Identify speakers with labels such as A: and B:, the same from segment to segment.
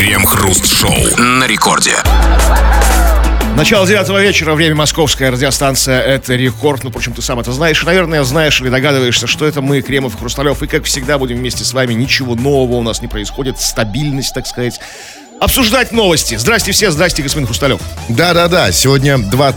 A: Крем-хруст-шоу на рекорде.
B: Начало 9 вечера, время московская, радиостанция «Это Рекорд». Ну, впрочем, ты сам это знаешь. Наверное, знаешь или догадываешься, что это мы, Кремов и Хрусталев. И, как всегда, будем вместе с вами. Ничего нового у нас не происходит. Стабильность, так сказать. Обсуждать новости. Здрасте все, здрасте, господин Хрусталев.
C: Да-да-да, сегодня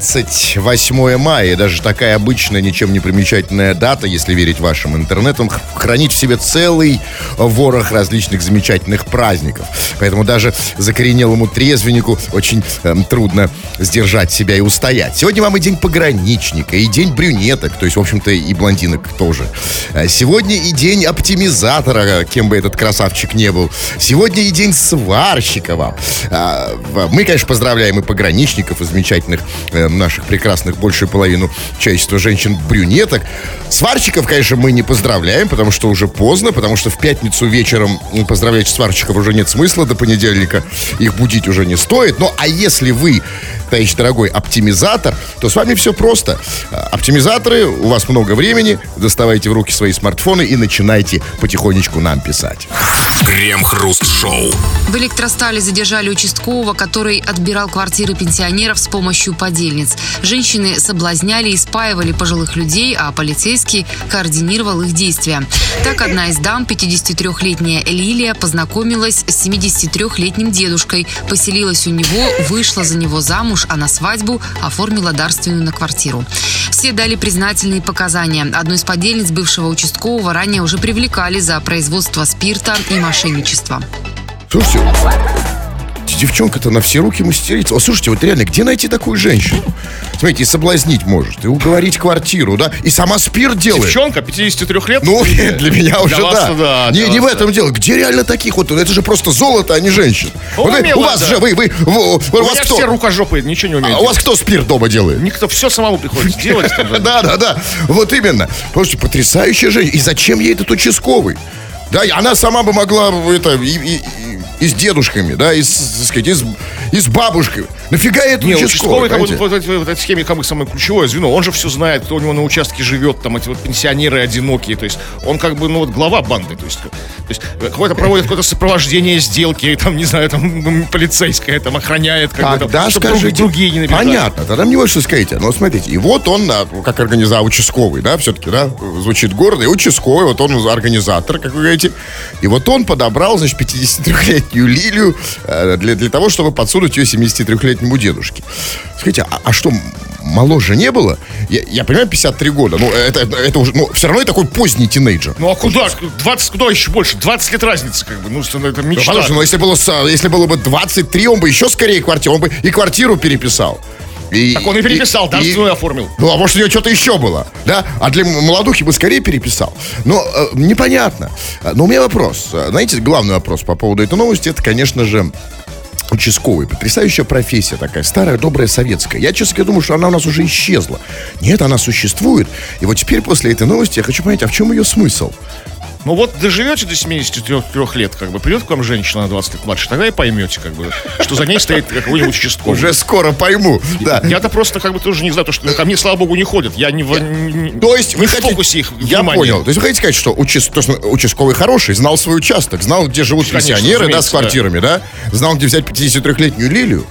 C: 28 мая, и даже такая обычная, ничем не примечательная дата, если верить вашим интернетам, хранит в себе целый ворох различных замечательных праздников. Поэтому даже закоренелому трезвеннику очень трудно сдержать себя и устоять. Сегодня вам и день пограничника, и день брюнеток, то есть, в общем-то, и блондинок тоже. Сегодня и день оптимизатора, кем бы этот красавчик не был. Сегодня и день сварщика. Мы, конечно, поздравляем и пограничников, и замечательных наших прекрасных, большую половину человечества женщин-брюнеток. Сварщиков, конечно, мы не поздравляем, потому что уже поздно, потому что в пятницу вечером поздравлять сварщиков уже нет смысла, до понедельника их будить уже не стоит. Ну, а если вы, товарищ дорогой, оптимизатор, то с вами все просто. Оптимизаторы, у вас много времени, доставайте в руки свои смартфоны и начинайте потихонечку нам писать.
A: Крем-хруст-шоу.
D: В Электростале задержали участкового, который отбирал квартиры пенсионеров с помощью подельниц. Женщины соблазняли и спаивали пожилых людей, а полицейский координировал их действия. Так, одна из дам, 53-летняя Лилия, познакомилась с 73-летним дедушкой, поселилась у него, вышла за него замуж, а на свадьбу оформила дарственную на квартиру. Все дали признательные показания. Одну из подельниц бывшего участкового ранее уже привлекали за производство спирта и мошенничество.
C: Слушайте, девчонка-то на все руки мастерица. О, слушайте, вот реально, где найти такую женщину? Смотрите, и соблазнить может, и уговорить квартиру, да? И сама спирт делает.
B: Девчонка, 53 лет?
C: Ну, для меня уже
B: да.
C: Не в этом дело. Где реально таких вот? Это же просто золото, а не женщин. У вас же, у вас кто?
B: Все рукожопые, ничего не умеют.
C: А у вас кто спирт дома делает?
B: Никто, все самому приходится делать.
C: Да. Вот именно. Слушайте, потрясающая женщина. И зачем ей этот участковый? Да, она сама бы могла и с дедушками, да, и с бабушками. Нафига это участковый?
B: Как бы, в этой схеме как бы самое ключевое звено. Он же все знает, кто у него на участке живет, там эти вот пенсионеры одинокие. То есть он как бы, глава банды. То есть проводит какое-то сопровождение сделки, там, не знаю, там полицейское, там охраняет,
C: тогда
B: чтобы
C: скажите,
B: другие не набежали.
C: Понятно, тогда мне вот что скажите. Но смотрите, и вот он, как организатор, участковый, да, все-таки, да, звучит гордо, и участковый, вот он организатор, как вы говорите. И вот он подобрал, значит, 53-летнюю Лилию для того, чтобы подсунуть ее 73-летнему дедушке. Скажите, а что, моложе не было? Я понимаю, 53 года, это уже, все равно и такой поздний тинейджер.
B: Ну, а куда? 20, куда еще больше? 20 лет разницы, как бы, это мечта.
C: Если было бы 23, он бы еще скорее квартиру, он бы и квартиру переписал.
B: Так он и переписал, дарственную оформил.
C: Ну, а может, у него что-то еще было, да? А для молодухи бы скорее переписал. Но непонятно. Но у меня вопрос. Знаете, главный вопрос по поводу этой новости, это, конечно же, участковый. Потрясающая профессия такая, старая, добрая, советская. Я, честно говоря, думаю, что она у нас уже исчезла. Нет, она существует. И вот теперь, после этой новости, я хочу понять, а в чем ее смысл?
B: Ну вот доживете до 73 лет, как бы, придет к вам женщина на 20 лет младше, тогда и поймете, как бы, что за ней стоит какой-нибудь участковый.
C: Уже скоро пойму, да.
B: Я-то просто, как бы, тоже не знаю, потому что ко мне, слава богу, не ходят. Я не в
C: То есть вы
B: в фокусе их внимания.
C: Я понял. То есть вы хотите сказать, что участковый хороший, знал свой участок, знал, где живут пенсионеры, да, с квартирами, да? Знал, где взять 53-летнюю Лилию.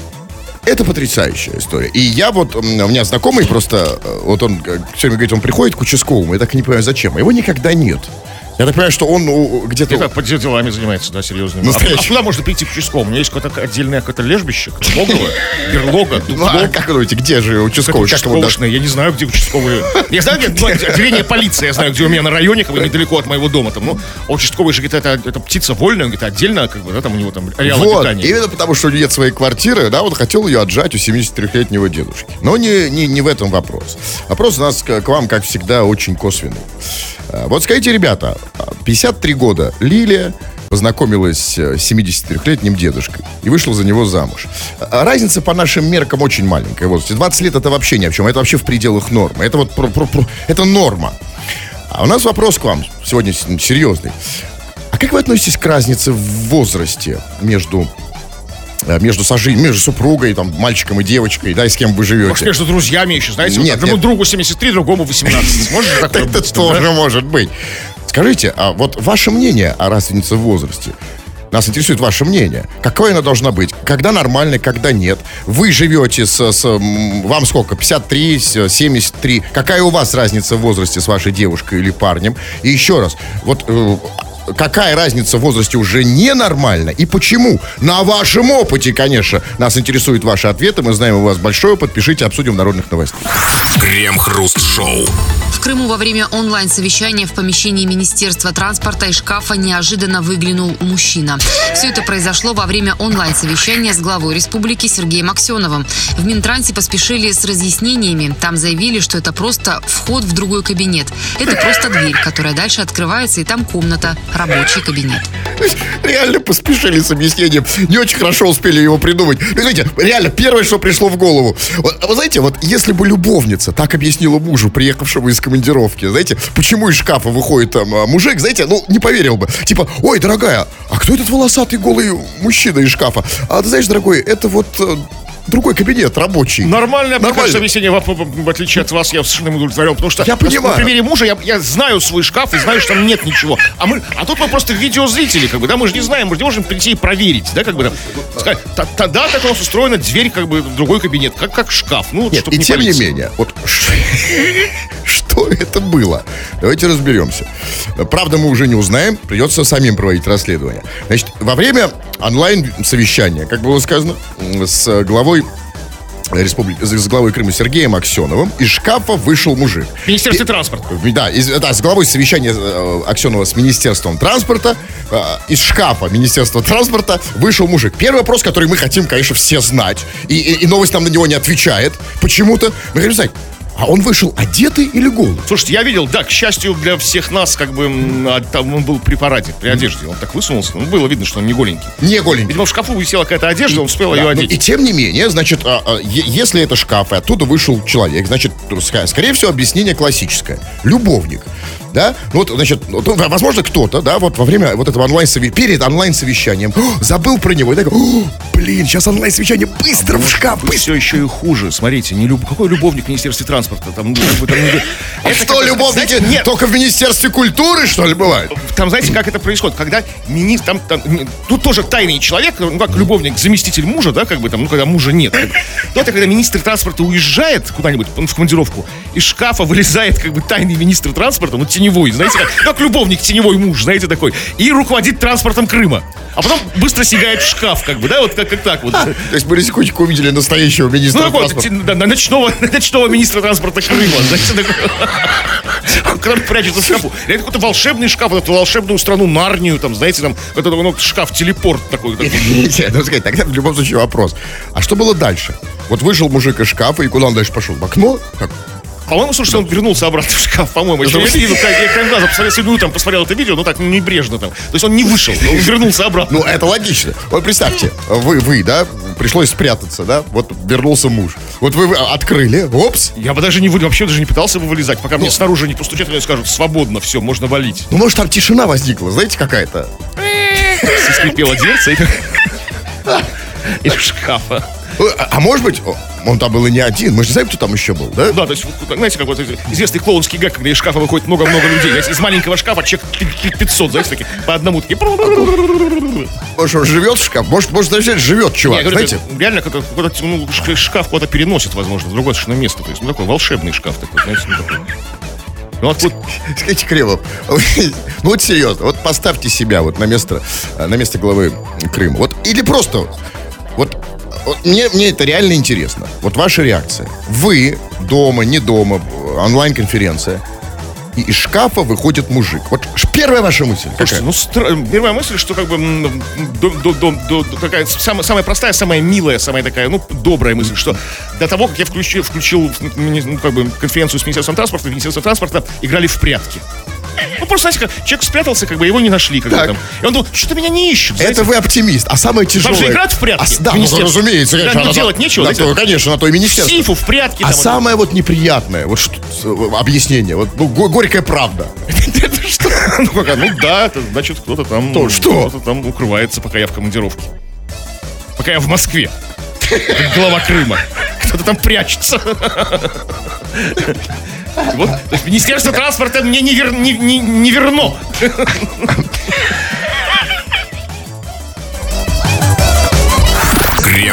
C: Это потрясающая история. И я вот, у меня знакомый просто, вот он все время говорит, он приходит к участковому, я так и не понимаю, зачем. Его никогда нет. Я так понимаю, что он где-то...
B: Это по делами занимается, да, серьезно. А куда можно прийти к участковому? У меня есть какое-то отдельное лежбище, логово, берлога, дупло.
C: Как вы думаете, где же участковый?
B: Я не знаю, где участковые. Я знаю, где отделение полиции, я знаю, где у меня на районе, как бы недалеко от моего дома. Там, а участковый же, это птица вольная, он отдельно, как бы, да, там у него там ареал обитания.
C: Именно потому, что нет своей квартиры, да, вот хотел ее отжать у 73-летнего дедушки. Но не в этом вопрос. Вопрос у нас к вам, как всегда, очень косвенный. Вот скажите, ребята, 53 года Лилия познакомилась с 73-летним дедушкой и вышла за него замуж. Разница по нашим меркам очень маленькая. Вот 20 лет это вообще ни о чем. Это вообще в пределах нормы. Это вот это норма. А у нас вопрос к вам сегодня серьезный. А как вы относитесь к разнице в возрасте между супругой, там, мальчиком и девочкой, да, и с кем вы живете?
B: Может, между друзьями еще, знаете?
C: Нет,
B: одному другу 73, другому 18. Может такое быть?
C: Это тоже может быть. Скажите, а вот ваше мнение о разнице в возрасте? Нас интересует ваше мнение. Какое она должна быть? Когда нормально, когда нет? Вы живете вам сколько? 53, 73? Какая у вас разница в возрасте с вашей девушкой или парнем? И еще раз, вот какая разница в возрасте уже ненормально и почему? На вашем опыте, конечно. Нас интересуют ваши ответы. Мы знаем, у вас большой опыт. Пишите, обсудим в народных новостях.
A: Крем-хруст-шоу.
D: В Крыму во время онлайн-совещания в помещении Министерства транспорта из шкафа неожиданно выглянул мужчина. Все это произошло во время онлайн-совещания с главой республики Сергеем Аксеновым. В Минтрансе поспешили с разъяснениями. Там заявили, что это просто вход в другой кабинет. Это просто дверь, которая дальше открывается, и там комната, рабочий кабинет.
C: Реально поспешили с объяснением. Не очень хорошо успели его придумать. Знаете, реально, первое, что пришло в голову. Вы знаете, вот если бы любовница так объяснила мужу, приехавшему из командировки, знаете, почему из шкафа выходит там мужик, знаете, не поверил бы. Типа, ой, дорогая, а кто этот волосатый голый мужчина из шкафа? А ты знаешь, дорогой, это вот другой кабинет рабочий.
B: Нормальное объяснение, в отличие от вас, я совершенно удовлетворен, потому что
C: я понимаю.
B: На примере мужа я знаю свой шкаф и знаю, что там нет ничего. А тут мы просто видеозрители, как бы, да, мы же не знаем, мы же не можем прийти и проверить, да, как бы, там, сказать, тогда так у нас устроена дверь, как бы, в другой кабинет, как шкаф. Ну,
C: нет, и не тем не менее, вот что это было? Давайте разберемся. Правда, мы уже не узнаем, придется самим проводить расследование. Значит, во время онлайн-совещания, как было сказано, с главой Крыма Сергеем Аксеновым из шкафа вышел мужик.
B: В Министерстве транспорта.
C: Да, с главой совещания Аксенова с Министерством транспорта, из шкафа Министерства транспорта вышел мужик. Первый вопрос, который мы хотим, конечно, все знать, и новость нам на него не отвечает почему-то. Мы хотим знать, а он вышел одетый или голый?
B: Слушайте, я видел, да, к счастью для всех нас, как бы, там он был при параде, при одежде. Он так высунулся, было видно, что он не голенький.
C: Не голенький.
B: Видимо, в шкафу висела какая-то одежда, он успел ее одеть.
C: И тем не менее, значит, если это шкаф, и оттуда вышел человек, значит, скорее всего, объяснение классическое. Любовник. Да? Ну, вот, значит, возможно, кто-то, да, вот во время вот этого перед онлайн-совещанием забыл про него. И так, блин, сейчас онлайн-совещание, быстро в шкаф, быстро.
B: Все еще и хуже, смотрите, какой любовник в Министерстве транспорта?
C: Что, любовники, нет, только в Министерстве культуры, что ли, бывает?
B: Там, знаете, как это происходит? Когда тут тоже тайный человек, как любовник, заместитель мужа, да, как бы там, когда мужа нет. Но это когда министр транспорта уезжает куда-нибудь в командировку, из шкафа вылезает, как бы, тайный министр транспорта, теневой, знаете, как любовник, теневой муж, знаете, такой, и руководит транспортом Крыма. А потом быстро сигает в шкаф, как бы, да, вот как так вот.
C: То есть мы секундочку увидели настоящего министра транспорта.
B: Ночного министра транспорта Крыма, знаете, который прячется в шкафу. Это какой-то волшебный шкаф, эту волшебную страну Нарнию, там, знаете, там, шкаф-телепорт такой.
C: Тогда в любом случае вопрос. А что было дальше? Вот вышел мужик из шкафа, и куда он дальше пошел? В окно?
B: По-моему, слушайте, он вернулся обратно в шкаф, по-моему. Я краем глаза посмотрел это видео, так небрежно там. То есть он не вышел, он вернулся обратно.
C: Ну, это логично. Вот представьте, вы, да, пришлось спрятаться, да, вот вернулся муж. Вот вы открыли, опс.
B: Я бы вообще даже не пытался бы вылезать, пока мне снаружи не постучат, и скажут, свободно, все, можно валить.
C: Ну, может, там тишина возникла, знаете, какая-то?
B: Скрипела дверца из шкафа.
C: А может быть, он там был и не один. Мы же не знаем, кто там еще был, да?
B: Да, то есть, знаете, как вот известный клоунский гэг, когда из шкафа выходит много-много людей. Из маленького шкафа человек 500, знаете, такие, по одному такие.
C: Может, он живет в шкаф? Может, даже живет чувак, знаете?
B: Реально, шкаф куда-то переносит, возможно, в другое совершенно место. То есть, такой волшебный шкаф такой, знаете, такой.
C: Скажите, Кремов, вот серьезно, вот поставьте себя вот на место главы Крыма. Вот, или просто, вот мне это реально интересно. Вот ваша реакция. Вы дома, не дома, онлайн-конференция, и из шкафа выходит мужик. Вот первая ваша мысль.
B: Слушайте, первая мысль, что как бы такая самая простая, самая милая, самая такая, добрая мысль, что до того, как я включил конференцию с Министерством транспорта, в Министерство транспорта играли в прятки. Просто, знаете, человек спрятался, как бы его не нашли. Как бы, там. И он думал, что-то меня не ищут. Знаете?
C: Это вы оптимист. А самое тяжелое...
B: Вам же играть в прятки?
C: Да, разумеется.
B: Когда делать нечего.
C: Конечно, на то и министерство.
B: В Сифу, в прятки.
C: А самое вот неприятное, вот объяснение, вот горькая правда.
B: Это что? Да, это значит, кто-то там...
C: Кто
B: там укрывается, пока я в командировке. Пока я в Москве. Как глава Крыма. Кто-то там прячется. Вот, то есть Министерство транспорта мне не верно.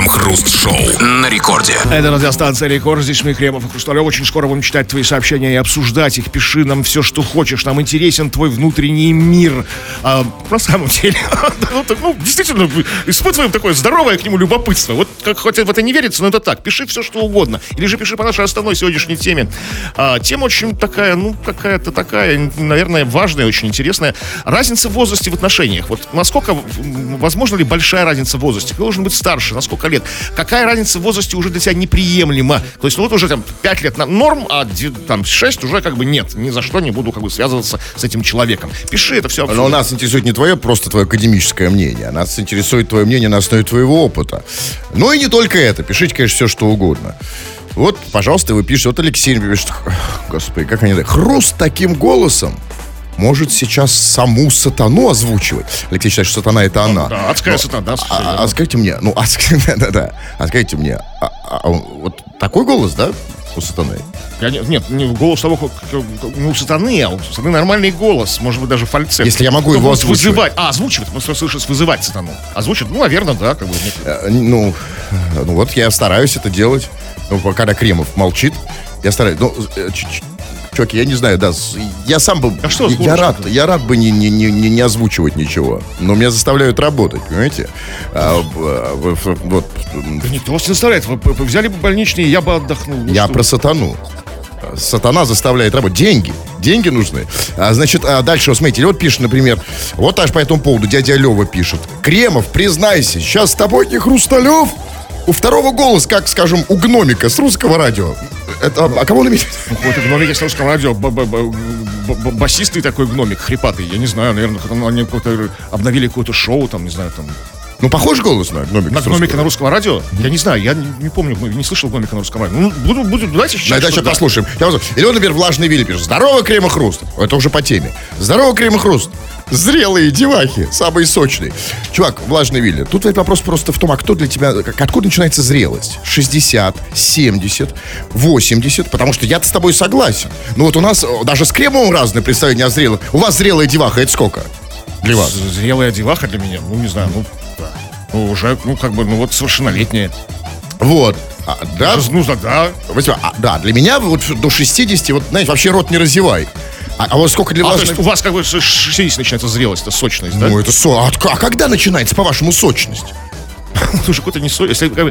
A: Крем-хруст-шоу на рекорде.
B: Это радиостанция «Рекорд». Здесь мы, Кремов и Хрусталев. Очень скоро будем читать твои сообщения и обсуждать их. Пиши нам все, что хочешь. Нам интересен твой внутренний мир. На самом деле, действительно, испытываем такое здоровое к нему любопытство. Вот как хоть в это не верится, но это так. Пиши все, что угодно. Или же пиши по нашей основной сегодняшней теме. Тема очень такая, какая-то такая, наверное, важная, очень интересная. Разница в возрасте в отношениях. Вот насколько, возможно ли большая разница в возрасте? Ты должен быть старше, на сколько лет? Какая разница в возрасте уже для тебя неприемлема? То есть, вот уже там 5 лет норм, а там 6 уже как бы нет. Ни за что не буду как бы связываться с этим человеком. Пиши это все.
C: Но нас интересует не просто твое академическое мнение. Нас интересует твое мнение на основе твоего опыта. Ну и не только это. Пишите, конечно, все, что угодно. Вот, пожалуйста, вы пишете. Вот Алексей пишет. Господи, как они... Хруст таким голосом может сейчас саму сатану озвучивать. Алексей считает, что сатана это она.
B: Да, адская сатана.
C: А скажите мне, скажите мне, вот такой голос, да, у сатаны?
B: Нет, не голос того, у сатаны, а у сатаны нормальный голос, может быть, даже фальцет.
C: Если я могу его озвучивать.
B: Озвучивать, мы слышишь, вызывать сатану. Озвучивать, наверное, да, как бы.
C: Ну, вот я стараюсь это делать. Когда Кремов молчит, я стараюсь. Чуваки, я не знаю, да, я сам бы, я рад бы не озвучивать ничего, но меня заставляют работать, понимаете? Вот.
B: Да никто вас не заставляет, вы взяли бы больничные, я бы отдохнул.
C: Я про сатану. Сатана заставляет работать. Деньги нужны. Значит, дальше, вот смотрите, вот пишет, например, вот аж по этому поводу дядя Лева пишет. Кремов, признайся, сейчас с тобой не Хрусталев? У второго голос, как, скажем, у гномика с русского радио. Это, а кого он имеет?
B: Какой-то гномик с русского радио, басистый такой гномик, хрипатый. Я не знаю, наверное, они обновили какое-то шоу, там, не знаю, там.
C: Ну, похож голос на гномика.
B: На гномика на русского радио? Я не знаю, я не помню, не слышал гномика на русском радио. Ну, давайте сейчас.
C: Давайте послушаем. Или он, например, влажный Вилли пишет. Здорово, Крем и Хруст. Это уже по теме. Здорово, Крем и Хруст. Зрелые девахи, самые сочные. Чувак, влажный Вилли, тут вопрос просто в том, а кто для тебя, откуда начинается зрелость? 60, 70, 80, потому что я-то с тобой согласен. Ну вот у нас даже с Кремовым разные представления о зрелых. У вас зрелая деваха, это сколько для вас?
B: Зрелая деваха для меня, не знаю, уже, вот совершеннолетняя.
C: Вот. Да?
B: Да.
C: Да, для меня вот до 60, вот, знаете, вообще рот не разевай. А вот сколько для вас...
B: То есть у вас как бы с 60 начинается зрелость, это сочность, да?
C: Ну, это А когда начинается, по-вашему, сочность?
B: Слушай, какой-то не сочность. Если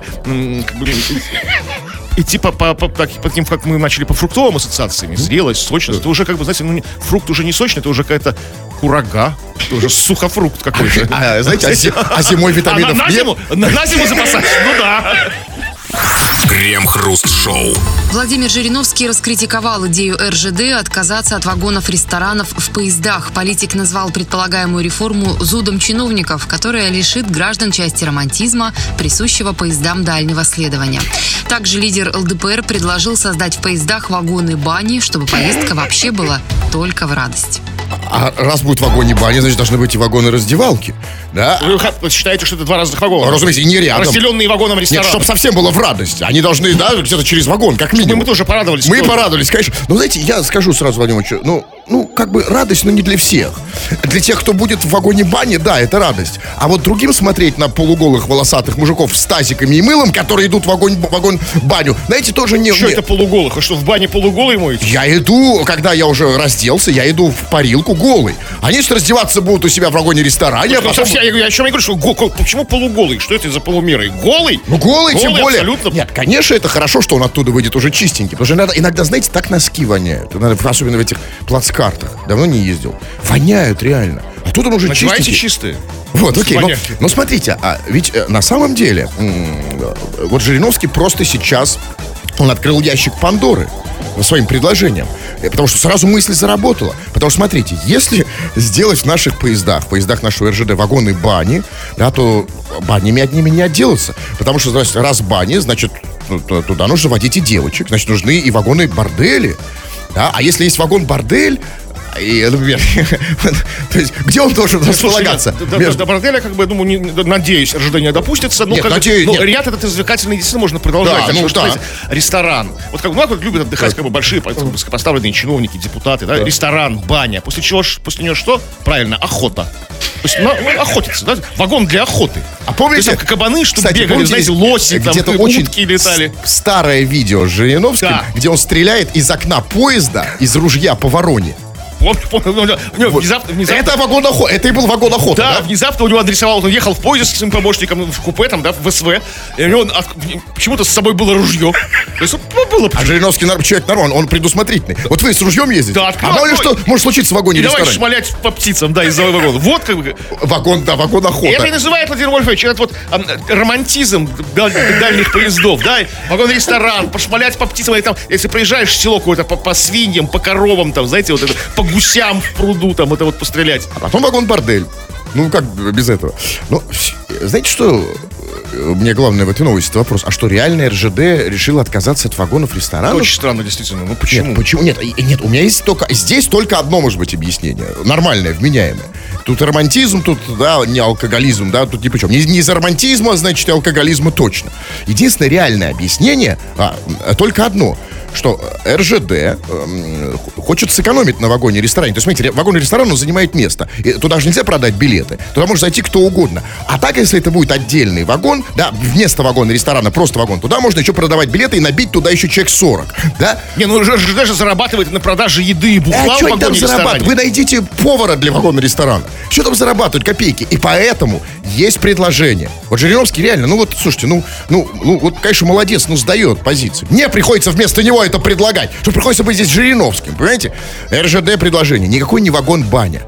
B: идти по тем, как мы начали по фруктовым ассоциациям, зрелость, сочность, это уже как бы, знаете, фрукт уже не сочный, это уже какая-то курага, это уже сухофрукт какой-то.
C: Знаете, а зимой витаминов нет?
B: На зиму запасать, да.
A: Крем-хруст-шоу.
D: Владимир Жириновский раскритиковал идею РЖД отказаться от вагонов ресторанов в поездах. Политик назвал предполагаемую реформу зудом чиновников, которая лишит граждан части романтизма, присущего поездам дальнего следования. Также лидер ЛДПР предложил создать в поездах вагоны-бани, чтобы поездка вообще была только в радость.
C: А раз будет вагоны-бани, значит, должны быть и вагоны-раздевалки. Да?
B: Вы считаете, что это два разных вагона?
C: Разумеется, не рядом.
B: Разделенные вагоном рестораны.
C: Нет, чтобы совсем было в радость. Они должны, где-то через вагон, как минимум.
B: Мы тоже порадовались.
C: Мы порадовались, конечно. Но, знаете, я скажу сразу, Владимир Ильич, как бы радость, но не для всех. Для тех, кто будет в вагоне-бане, да, это радость. А вот другим смотреть на полуголых волосатых мужиков с тазиками и мылом, которые идут в вагон-баню, знаете, тоже не...
B: Что это полуголых? А что, в бане полуголый моете?
C: Я иду, когда я уже разделся, я иду в парилку голый. Они же раздеваться будут у себя в вагоне-ресторане.
B: Я о чем я говорю, что почему полуголый? Что это за полумеры? Голый?
C: Ну, голый, тем более.
B: Абсолютно.
C: Нет, конечно, это хорошо, что он оттуда выйдет уже чистенький. Потому что иногда, знаете, так носки воняют. Особенно в этих плацкартах. Давно не ездил. Воняют реально. А тут он уже чистенький.
B: Чистые.
C: Вот, окей. Но смотрите, ведь на самом деле вот Жириновский просто сейчас он открыл ящик Пандоры своим предложением. Потому что сразу мысль заработала. Потому что, смотрите, если сделать в наших поездах, в поездах нашего РЖД вагоны-бани, да, то банями одними не отделаться. Потому что, раз бани, значит, туда нужно водить и девочек. Значит, нужны и вагоны-бордели. Да? А если есть вагон-бордель, И, например, то есть, где он должен располагаться?
B: До борделя, как бы, я думаю, надеюсь, РЖД не допустится.
C: Нет, надеюсь, нет.
B: Ряд этот развлекательный действительно можно продолжать.
C: Да,
B: так
C: ну
B: что,
C: да.
B: знаете, ресторан. Вот как любят отдыхать как бы большие высокопоставленные чиновники, депутаты, да? Ресторан, баня. После него что? Правильно, охота. То есть охотиться, да? Вагон для охоты.
C: А помните,
B: то есть, как кабаны, что
C: кстати,
B: бегали,
C: помните,
B: знаете, лоси, там,
C: где-то
B: утки летали.
C: Старое видео с Жириновским,
B: Да.
C: где он стреляет из окна поезда, из ружья по вороне.
B: Помню.
C: Вот.
B: Внезапно.
C: Это вагон охоты. Это и был вагон охоты,
B: Да,
C: да?
B: внезапно у него адресовал, он ехал в поезде с своим помощником в купе, там, да, в СВ, и у него почему-то с собой было ружье. То есть, было
C: А Жириновский человек нормальный, он предусмотрительный. Вот вы с ружьем ездите,
B: Да,
C: а мало ли что может случиться в вагоне
B: и давай
C: ресторана.
B: шмалять по птицам, да, из-за вагона. Вот как бы.
C: Вагон охоты.
B: Это и называет, Владимир Вольфович, этот вот романтизм дальних поездов, да, вагон-ресторан, пошмалять по птицам, или там, если проезжаешь в село какое-то по свиньям, по коровам, там, знаете, вот это, по гусям в пруду, там, это вот пострелять.
C: А потом вагон-бордель. Ну, как без этого? Ну, знаете, что мне главное в этой новости вопрос? А что, реально РЖД решила отказаться от вагонов ресторанов?
B: Очень странно, действительно. Ну, почему?
C: Нет, почему? Нет, у меня есть здесь только одно, может быть, объяснение. Нормальное, вменяемое. Тут романтизм, тут, да, не алкоголизм, да, тут ни при чем. Не из-за романтизма, значит, и алкоголизма точно. Единственное реальное объяснение, только одно, что РЖД хочет сэкономить на вагоне-ресторане. То есть, смотрите, вагон-ресторан, он занимает место. И туда же нельзя продать билеты. Туда может зайти кто угодно. А так, если это будет отдельный вагон, да, вместо вагона-ресторана просто вагон, туда можно еще продавать билеты и набить туда еще человек 40, да?
B: Не, ну РЖД же зарабатывает на продаже еды и бухла в
C: что они там
B: вагоне-ресторане.
C: зарабатывают? Вы найдите повара для вагона-ресторана. Что там зарабатывают? Копейки. И поэтому есть предложение. Вот Жириновский реально, ну вот, слушайте, вот, конечно, молодец, сдает позицию. Мне приходится вместо него это предлагать. Что приходится быть здесь Жириновским, понимаете? РЖД предложение. Никакой не вагон-баня.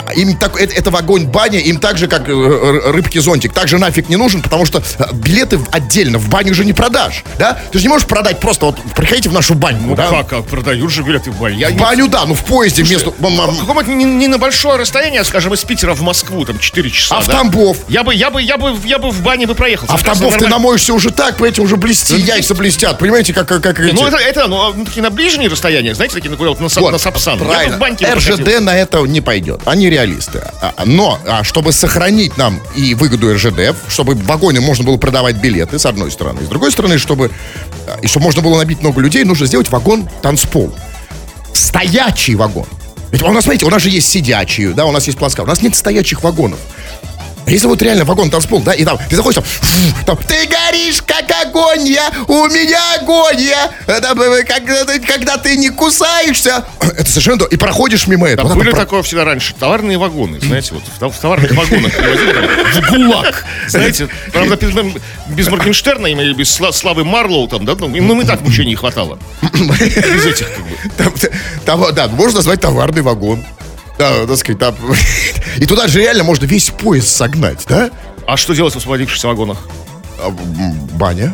C: Это вагон-баня, им так же, как рыбки-зонтик, также нафиг не нужен, потому что билеты отдельно в баню уже не продашь, да? Ты же не можешь продать просто вот, приходите в нашу баньку,
B: Ну
C: да?
B: как продают же билеты в баню?
C: В баню, да, в поезде вместо...
B: Какое-то не на большое расстояние, скажем, из Питера в Москву, там 4 часа.
C: А в
B: да?
C: Тамбов?
B: Я бы в бане бы проехал.
C: А в Тамбов ты намоешься уже так, понимаете, уже яйца блестят, понимаете, как
B: Ну, это такие на ближние расстояния, знаете, такие на Сапсан.
C: Правильно.
B: Я бы в баньке
C: РЖД на это не пойдет. Они реалисты. Но, чтобы сохранить нам и выгоду РЖД, чтобы в вагоне можно было продавать билеты, с одной стороны. С другой стороны, чтобы можно было набить много людей, нужно сделать вагон-танцпол. Стоячий вагон. Ведь у нас, смотрите, у нас же есть сидячие, да, у нас есть плоска. У нас нет стоячих вагонов. Если вот реально вагон-танцпол, да, и там ты заходишь, там ты горишь, как огонь, у меня огонь, когда ты не кусаешься, это совершенно... И проходишь мимо этого.
B: Были такое всегда раньше. Товарные вагоны, знаете, вот в товарных вагонах привозили там в ГУЛАГ. Знаете, правда, без Моргенштерна или без Славы Марлоу там, да, ну, и так мучений хватало. Без этих, как бы.
C: Да, можно назвать товарный вагон. Да, так сказать, там. И туда же реально можно весь поезд согнать, да?
B: А что делать в освободившихся вагонах?
C: Баня.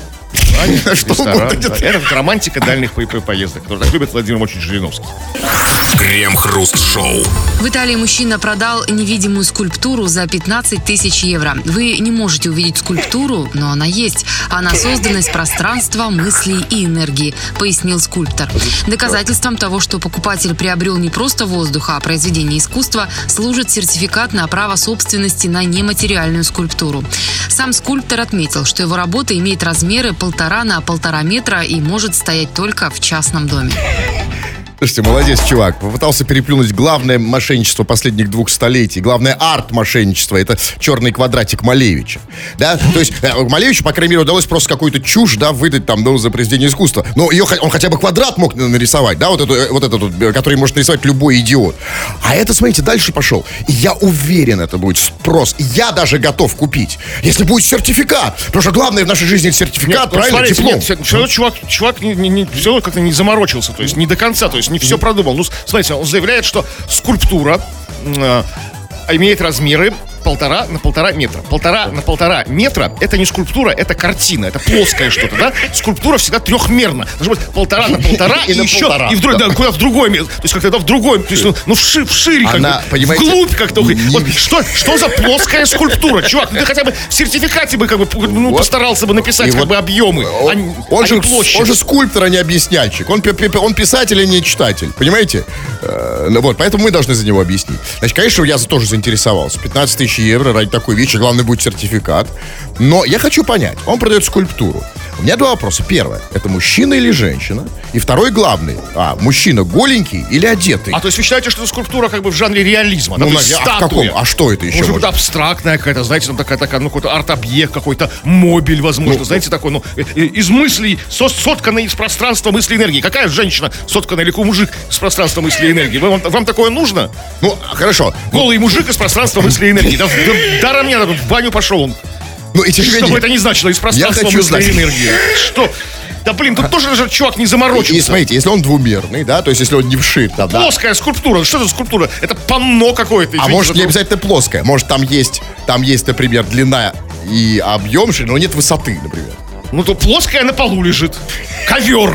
B: Что угодно. Это романтика дальних поездок, которую так любит Владимир Вольфович Жириновский.
A: Крем-хруст-шоу.
D: В Италии мужчина продал невидимую скульптуру за 15 тысяч евро. Вы не можете увидеть скульптуру, но она есть. Она создана из пространства, мыслей и энергии, пояснил скульптор. Доказательством того, что покупатель приобрел не просто воздух, а произведение искусства, служит сертификат на право собственности на нематериальную скульптуру. Сам скульптор отметил, что его работа имеет размеры 1,5 на 1,5 метра и может стоять только в частном доме.
C: Слушайте, молодец, чувак. Попытался переплюнуть главное мошенничество последних 2 столетий. Главное арт-мошенничество. Это черный квадратик Малевича. Да? То есть Малевичу, по крайней мере, удалось просто какую-то чушь, да, выдать там, ну, за произведение искусства. Но он хотя бы квадрат мог нарисовать, да, вот этот, который может нарисовать любой идиот. А это, смотрите, дальше пошел. И я уверен, это будет спрос. И я даже готов купить, если будет сертификат. Потому что главное в нашей жизни это сертификат,
B: нет,
C: правильно,
B: смотрите,
C: диплом.
B: Нет, все равно чувак все равно как-то не заморочился, то есть не до конца, то есть не все продумал. Ну, смотрите, он заявляет, что скульптура имеет размеры 1,5 на 1,5 метра. 1,5 на 1,5 метра — это не скульптура, это картина, это плоское что-то, да? Скульптура всегда трехмерна. Должно быть 1,5 на 1,5 и еще, и куда в другое место. То есть как-то в другое, то есть, вширь, вглубь как-то. Вот что за плоская скульптура? Чувак, ты хотя бы в сертификате бы постарался бы написать объемы,
C: он же скульптор, а не объясняльщик. Он писатель, а не читатель. Понимаете? Вот, поэтому мы должны за него объяснить. Значит, конечно, я тоже заинтересовался. 15 тысяч евро ради такой вещи. Главное, будет сертификат. Но я хочу понять. Он продает скульптуру. У меня два вопроса. Первое. Это мужчина или женщина? И второй главный. Мужчина голенький или одетый?
B: То есть вы считаете, что это скульптура как бы в жанре реализма? Да, статуя.
C: Что это еще?
B: Может быть, абстрактная какая-то, знаете, там такая, какой-то арт-объект, какой-то мобиль, возможно, знаете, такой, из мыслей, сотканный из пространства мысли и энергии. Какая женщина сотканная или какой мужик из пространства мысли и энергии? Вам такое нужно?
C: Хорошо.
B: Голый мужик из пространства мысли и энергии. Даром мне в баню пошел он. Что бы это ни значило, из пространства мысли и энергии. Что? Да блин, тут тоже даже чувак не заморочился.
C: И смотрите, если он двумерный, да, то есть если он не вшит,
B: плоская скульптура. Что за скульптура? Это панно какое-то.
C: Может, не обязательно плоская. Может, там есть, например, длина и объем, но нет высоты, например.
B: То плоская на полу лежит. Ковер.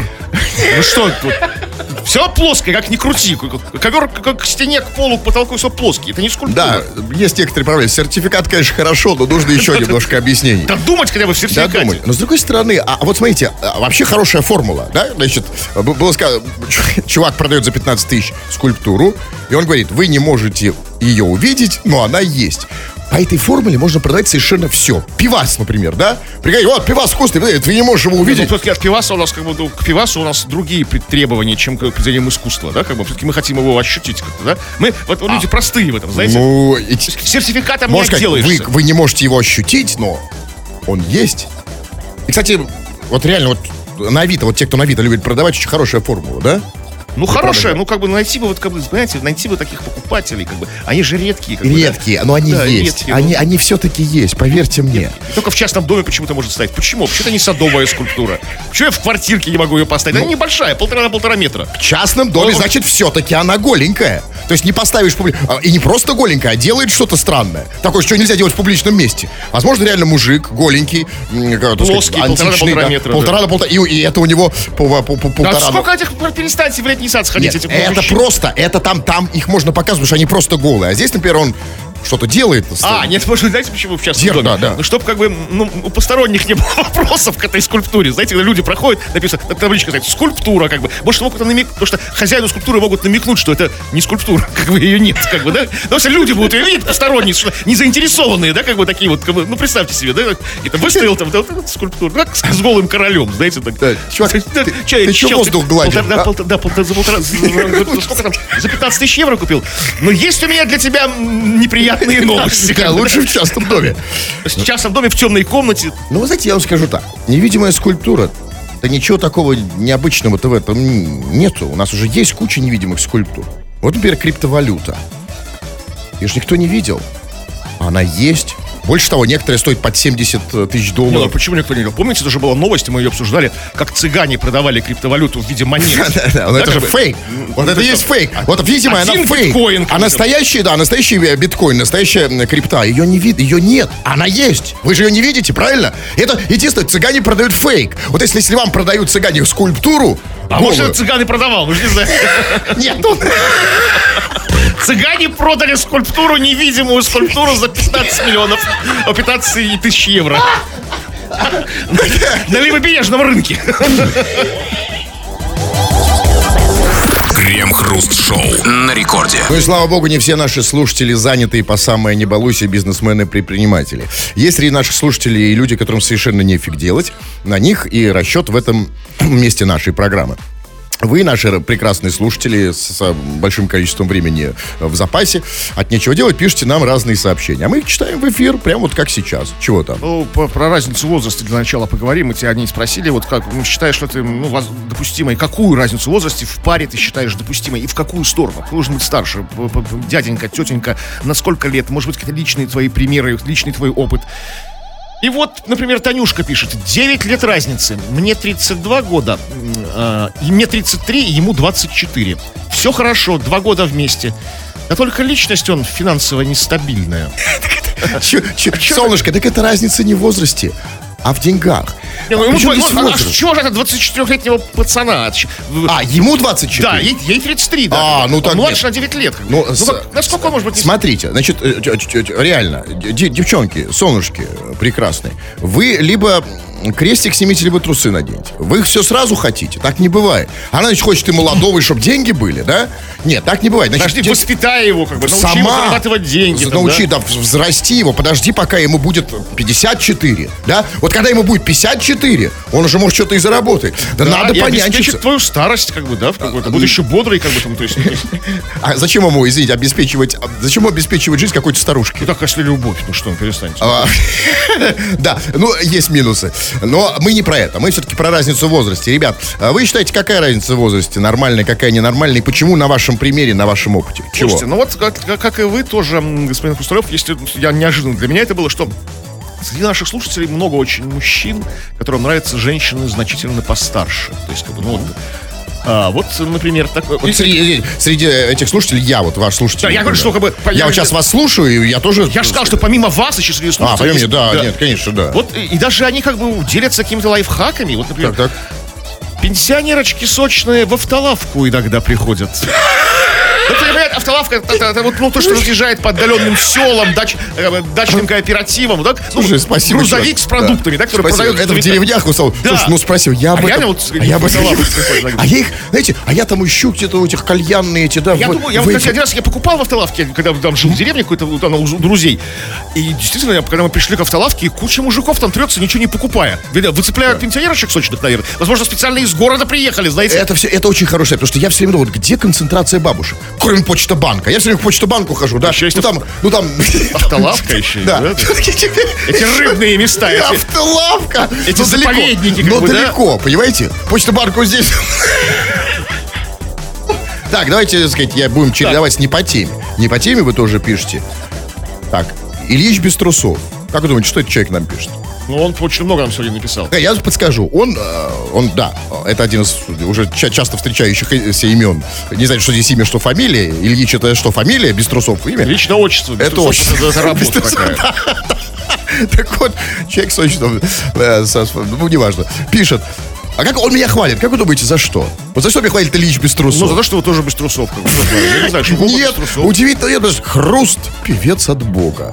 B: Что тут? Все плоское, как ни крути. Ковер как к стене, к полу, к потолку, все плоский. Это не скульптура.
C: Да, есть некоторые проблемы. Сертификат, конечно, хорошо, но нужно еще немножко объяснений.
B: Да думать хотя бы в сертификате.
C: Но с другой стороны, вот смотрите, вообще хорошая формула, да? Значит, было сказано, чувак продает за 15 тысяч скульптуру, и он говорит, вы не можете ее увидеть, но она есть. По этой формуле можно продать совершенно все. Пивас, например, да? Прикинь, вот, пивас вкусный, ты не можешь его увидеть.
B: Все-таки от пиваса у нас, к пивасу у нас другие требования, чем к произведениям искусства, да? Все-таки мы хотим его ощутить как-то, да? Мы, люди простые в этом, знаете? Сертификатом не отделаешься.
C: Вы не можете его ощутить, но он есть. И, кстати, вот реально, на Авито, те, кто на Авито любит продавать, очень хорошая формула, да?
B: Хорошая, найти бы, знаете, найти бы таких покупателей, они же редкие.
C: Редкие, но они есть. Редкие, они все-таки есть, поверьте мне.
B: Только в частном доме почему-то может стоять. Почему? Почему это не садовая скульптура? Почему я в квартирке не могу ее поставить? Она небольшая, 1,5 на 1,5 метра.
C: В частном доме, значит, все-таки она голенькая. То есть не поставишь и не просто голенькая, а делает что-то странное. Такое, что нельзя делать в публичном месте. Возможно, реально мужик голенький,
B: плоский, 1,5 на 1,5 метра.
C: 1,5 на 1,5, и это у него полтора.
B: Сколько этих, перестаньте в летний сад сходить?
C: Нет, это просто, это там их можно показывать, потому что они просто голые. А здесь, например, он что-то делает.
B: Нет, может, знаете, почему в частном доме?
C: Да.
B: Чтобы у посторонних не было вопросов к этой скульптуре. Знаете, когда люди проходят, написано, табличка, знаете, скульптура, может, могут намекнуть, потому что хозяину скульптуры могут намекнуть, что это не скульптура, ее нет, да? Потому что люди будут ее видеть, посторонние, не заинтересованные, да, такие вот, представьте себе, да, это выставил там скульптуру, как с голым королем, знаете, так.
C: Чувак, ты что воздух гладишь?
B: Сколько там, за 15 тысяч евро купил? Но есть у меня для тебя неприятные новости.
C: Лучше в частном доме.
B: В частном доме, в темной комнате.
C: Вы знаете, я вам скажу так. Невидимая скульптура, да ничего такого необычного-то в этом нету. У нас уже есть куча невидимых скульптур. Вот, например, криптовалюта. Ее же никто не видел. Она есть. Больше того, некоторые стоят под 70 тысяч долларов.
B: Почему никто не видел? Помните, это же была новость, мы ее обсуждали, как цыгане продавали криптовалюту в виде монет.
C: Это же фейк. Вот это есть фейк. Вот, видимо, она фейк. А настоящий биткоин, настоящая крипта, ее не видно, ее нет. Она есть. Вы же ее не видите, правильно? Это единственное, цыгане продают фейк. Вот если вам продают цыгане скульптуру...
B: может, цыган и продавал, вы же не знаете.
C: Нет,
B: цыгане продали скульптуру, невидимую скульптуру за 15 тысяч евро. На левобережном рынке.
A: Крем-хруст-шоу на рекорде.
C: И слава богу, не все наши слушатели занятые по самое не балуйся, бизнесмены-предприниматели. Есть среди наших слушателей люди, которым совершенно нефиг делать. На них и расчет в этом месте нашей программы. Вы, наши прекрасные слушатели, с большим количеством времени в запасе, от нечего делать, пишите нам разные сообщения. А мы их читаем в эфир, прямо вот как сейчас. Чего там?
B: Про разницу возраста для начала поговорим. Мы тебя не спросили, как считаешь, что ты допустимой, какую разницу в возрасте в паре ты считаешь допустимой и в какую сторону? Ты должен быть старше, дяденька, тетенька, на сколько лет? Может быть, какие-то личные твои примеры, личный твой опыт. И вот, например, Танюшка пишет: 9 лет разницы. Мне 32 года, и мне 33, и ему 24. Все хорошо, 2 года вместе. Да только личность он финансово нестабильная.
C: Солнышко, так это разница не в возрасте, а в деньгах.
B: Чего же это 24-летнего пацана?
C: Ему 24?
B: Да, ей 33, да.
C: Ну так
B: младше на 9 лет. Насколько он может быть?
C: Смотрите, значит, реально, девчонки, солнышки прекрасные, вы либо крестик снимите, либо трусы наденьте. Вы все сразу хотите, так не бывает. Она, значит, хочет и молодого, и чтобы деньги были, да? Нет, так не бывает. Значит,
B: подожди, воспитай его, как бы, научи его зарабатывать деньги.
C: Научи, взрасти его, подожди, пока ему будет 54, да? Вот когда ему будет 54, он уже может что-то и заработать. Да надо понянчиться.
B: Обеспечит твою старость, как бы, да, в какой-то. Будет еще бодрый, как бы, там, то есть.
C: А зачем ему, извините, зачем обеспечивать жизнь какой-то старушки?
B: Ну так, если любовь, ну что, перестаньте.
C: Да, ну, есть минусы. Но мы не про это, мы все-таки про разницу в возрасте. Ребят, вы считаете, какая разница в возрасте? Нормальная, какая ненормальная? И почему на вашем примере, на вашем опыте? Чего?
B: Слушайте, ну вот, как и вы тоже, господин Хрусталев, если я неожиданно для меня это было, что среди наших слушателей много очень мужчин, которым нравятся женщины значительно постарше. То есть, как бы, ну, вот, например, такой...
C: Вот среди этих слушателей, я вот ваш слушатель.
B: Да, я говорю, что как бы...
C: Я вот сейчас вас слушаю, и я тоже...
B: Я же сказал, что помимо вас еще среди слушателей...
C: помимо, да, нет, конечно, да.
B: Вот, и даже они как бы делятся какими-то лайфхаками. Вот, например,
C: так.
B: Пенсионерочки сочные в автолавку иногда приходят. Ну, понимаете, автолавка, это вот то, что разъезжает по отдаленным селам, дачным кооперативам, так?
C: Слушай, спасибо.
B: Грузовик с продуктами, да, который продает...
C: Это в деревнях, вы сказали.
B: Да.
C: Слушай, ну спросил, я об этом... я их, знаете, я там ищу где-то у этих кальянные эти, да.
B: Я думаю, один раз я покупал в автолавке, когда там жил в деревне какой-то, у друзей. И действительно, когда мы пришли к автолавке, куча мужиков там трется, ничего не покупая. Выцепляют пенсионерочек сочных, наверное. Возможно, специально из города приехали, знаете.
C: Это очень хорошее, потому что я все время думаю, где концентрация бабушек? Кроме Почта-банка. Я все время к Почта-банку хожу, да?
B: Еще есть
C: там...
B: Автолавка еще,
C: да?
B: Эти рыбные места.
C: Автолавка!
B: Эти заповедники.
C: Но далеко, понимаете? Почта-банку здесь... Так, давайте, так сказать, будем чередовать не по теме. Не по теме вы тоже пишете. Так, Ильич без трусов. Как вы думаете, что этот человек нам пишет?
B: Ну, он очень много нам сегодня написал.
C: Я подскажу. Он, да, это один из уже часто встречающихся имен. Не знаю, что здесь имя, что фамилия. Ильич это что, фамилия, без трусов имя?
B: Лично отчество. Без
C: это
B: трусов,
C: отчество.
B: Это работа такая.
C: Так вот, человек с отчеством, ну, неважно, пишет. А как он меня хвалит? Как вы думаете, за что? Вот за что меня хвалит Ильич без трусов?
B: Ну, за то, что вы тоже без трусов. Я не знаю, что вы
C: нет, без трусов. Удивительно, нет, Хруст, певец от Бога.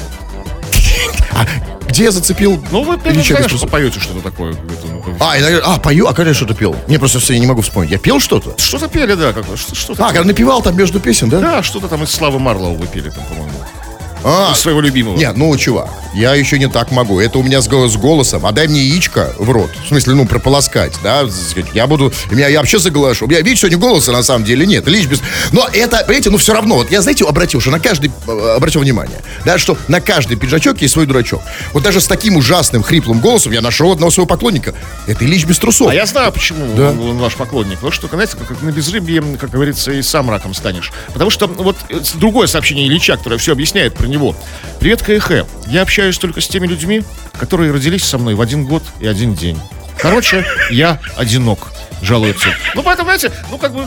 C: Где я зацепил?
B: Ну, вы, конечно, поете что-то такое.
C: Пою? А когда я что-то пел? Не, просто я не могу вспомнить. Я пел что-то?
B: Что-то пели, да. Что-то
C: когда напевал там между песен, да?
B: Да, что-то там из Славы Марлоу вы пели там, по-моему. Из своего любимого.
C: Нет, ну, чувак, я еще не так могу. Это у меня с голосом. А дай мне яичко в рот. В смысле, ну, прополоскать, да? Я вообще заглашу. У меня, видите, сегодня голоса на самом деле нет. Лишь без... Но это, понимаете, ну, все равно. Вот я, знаете, обратил внимание, да, что на каждый пиджачок есть свой дурачок. Вот даже с таким ужасным хриплым голосом я нашел одного своего поклонника. Это Ильич без трусов.
B: А я знаю, почему он ваш поклонник. Потому что, знаете, как на безрыбье, как говорится, и сам раком станешь. Потому что вот другое сообщение Ильича, которое все объясняет про него. Привет, КХ. Я общаюсь только с теми людьми, которые родились со мной в один год и один день. Короче, я одинок. Жалуется. Ну, поэтому, знаете, ну, как бы...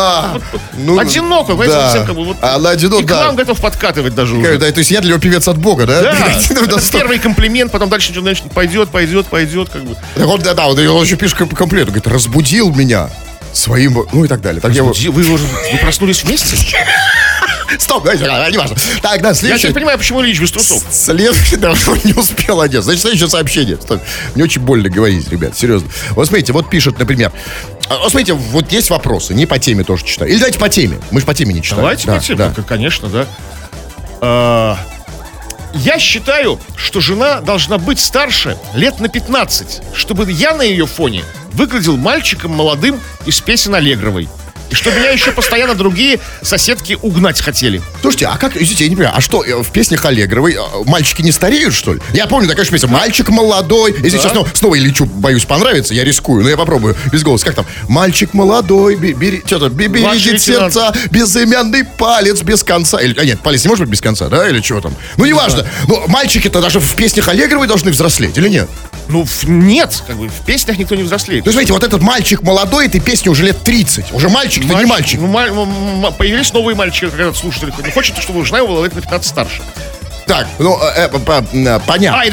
B: одинок, понимаете,
C: да.
B: Всем как бы... Вот,
C: одинок,
B: и к вам готов подкатывать даже уже.
C: Да, то есть я для него певец от Бога, да?
B: Да. Первый комплимент, потом дальше пойдет, как бы.
C: Да, он еще пишет комплимент. Он говорит, разбудил меня своим... Ну, и так далее. Так
B: вы проснулись вместе?
C: Стоп, давайте, не важно. Так, да, следующее.
B: Я не понимаю, почему Ильич без трусов.
C: Следующее, да, он не успел одеться. Значит, следующее сообщение. Стоп. Мне очень больно говорить, ребят, серьезно. Вот смотрите, вот пишет, например. Вот смотрите, вот есть вопросы, не по теме тоже читаю. Или давайте по теме. Мы же по теме не читаем.
B: Давайте по теме, да. Конечно, да. Я считаю, что жена должна быть старше лет на 15, чтобы я на ее фоне выглядел мальчиком молодым из песен Аллегровой. И что меня еще постоянно другие соседки угнать хотели.
C: Слушайте, а как, извините, я не понимаю, а что, в песнях Аллегровой мальчики не стареют, что ли? Я помню такая же песня, мальчик молодой. Если сейчас снова Ильичу, боюсь, понравится, я рискую, но я попробую без голоса. Как там? Мальчик молодой, берегит сердца, безымянный палец без конца. Нет, палец не может быть без конца, да? Или чего там? Ну, неважно. Но мальчики-то даже в песнях Аллегровой должны взрослеть, или нет?
B: Ну, нет, как бы в песнях никто не взрослеет.
C: То есть, смотрите, вот этот мальчик молодой, этой песне уже лет 30. Уже мальчик-то не мальчик.
B: Ну, появились новые мальчики, когда слушатели. Не хочет, чтобы жена его была лет на 15 старше.
C: Так, ну, понятно.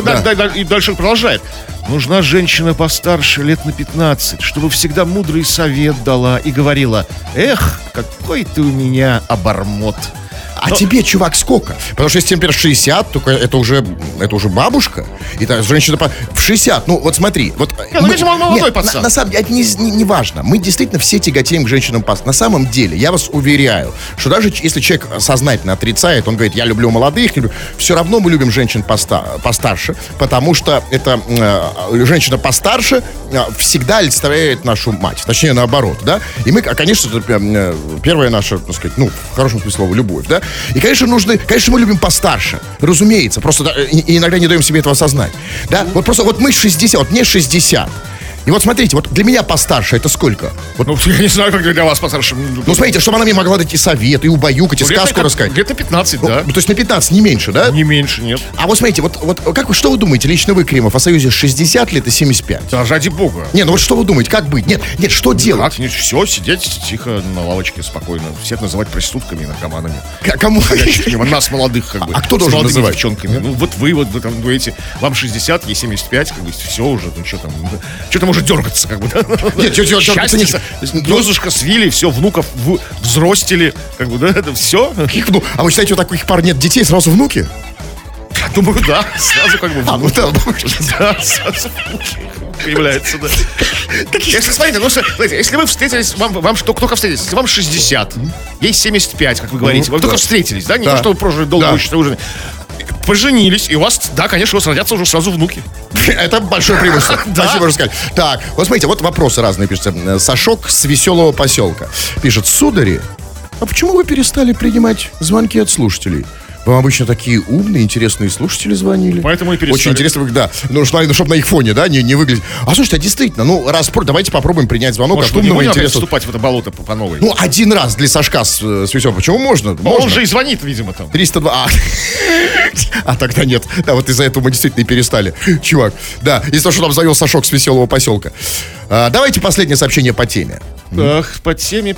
B: И дальше продолжает. Нужна женщина постарше, лет на 15, чтобы всегда мудрый совет дала и говорила: эх, какой ты у меня обормот.
C: А тебе, чувак, сколько? Потому что если тебе, например, 60, только это уже бабушка. И так, женщина в 60. Ну, вот смотри. Вот,
B: молодой пацан.
C: На самом деле, это не важно. Мы действительно все тяготеем к женщинам. На самом деле, я вас уверяю, что даже если человек сознательно отрицает, он говорит: я люблю молодых, все равно мы любим женщин постарше, потому что это женщина постарше всегда олицетворяет нашу мать. Точнее, наоборот, да? И мы, конечно, это первая наша, так сказать, ну, в хорошем смысле слова, любовь, да? И, конечно, мы любим постарше, разумеется, просто и иногда не даем себе этого осознать, да? Вот просто, вот мы 60, вот мне 60. И вот смотрите, вот для меня постарше это сколько? Вот,
B: ну, я не знаю, как для вас постарше.
C: Ну, смотрите, чтобы она мне могла дать и совет, и убаюкать, и сказку рассказать.
B: Где-то 15, да.
C: Ну, то есть на 15, не меньше, да?
B: Не меньше, нет.
C: А вот смотрите, вот как что вы думаете, лично вы, Кремов, о Союзе 60 лет и 75?
B: Да, ради бога.
C: Не, ну вот что вы думаете, как быть? Нет, что делать?
B: Как? Все, сидеть тихо на лавочке спокойно. Всех называть проститутками и наркоманами.
C: Кому?
B: Нас, молодых, как бы.
C: А кто должен называть?
B: Девчонками. Ну, вот вы там говорите, вам 60, ей 75, как бы, все уже, ну, что там может дергаться, как бы, да?
C: Нет,
B: счастье, звездушка свили, все, внуков взростили, как бы, да, это все.
C: А вы считаете, у таких пар нет детей, сразу внуки?
B: Думаю, да, сразу как бы внуки.
C: Да,
B: сразу внуки появляются, да. Если, смотрите, если вы встретились, вам только встретились, если вам 60, ей 75, как вы говорите, вы только встретились, да, не то, что вы прожили долгую жизнь, поженились, и у вас, да, конечно, у вас родятся уже сразу внуки.
C: Это большое преимущество. Спасибо, можно сказать. Так, вот смотрите, вот вопросы разные пишутся. Сашок с веселого поселка пишет: судари, а почему вы перестали принимать звонки от слушателей? Вам обычно такие умные, интересные слушатели звонили.
B: Поэтому и перестали.
C: Очень интересно, да. Ну, чтобы на их фоне, да, не выглядеть. А слушайте, а действительно, давайте попробуем принять звонок от умного, интересного.
B: Вступать в это болото по новой.
C: Ну, один раз для Сашка с веселым. Почему можно?
B: Он же и звонит, видимо, там.
C: 302. А тогда нет. Да, вот из-за этого мы действительно и перестали. Чувак, да, из-за того, что нам звонил Сашок с веселого поселка. Давайте последнее сообщение по теме.
B: Так, по теме.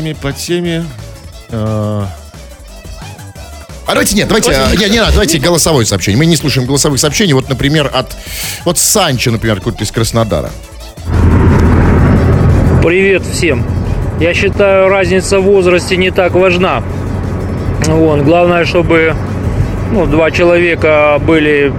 C: Давайте голосовое сообщение. Мы не слушаем голосовых сообщений. Вот, например, от Санчо, например, какой-то из Краснодара.
E: Привет всем. Я считаю, разница в возрасте не так важна. Главное, чтобы два человека были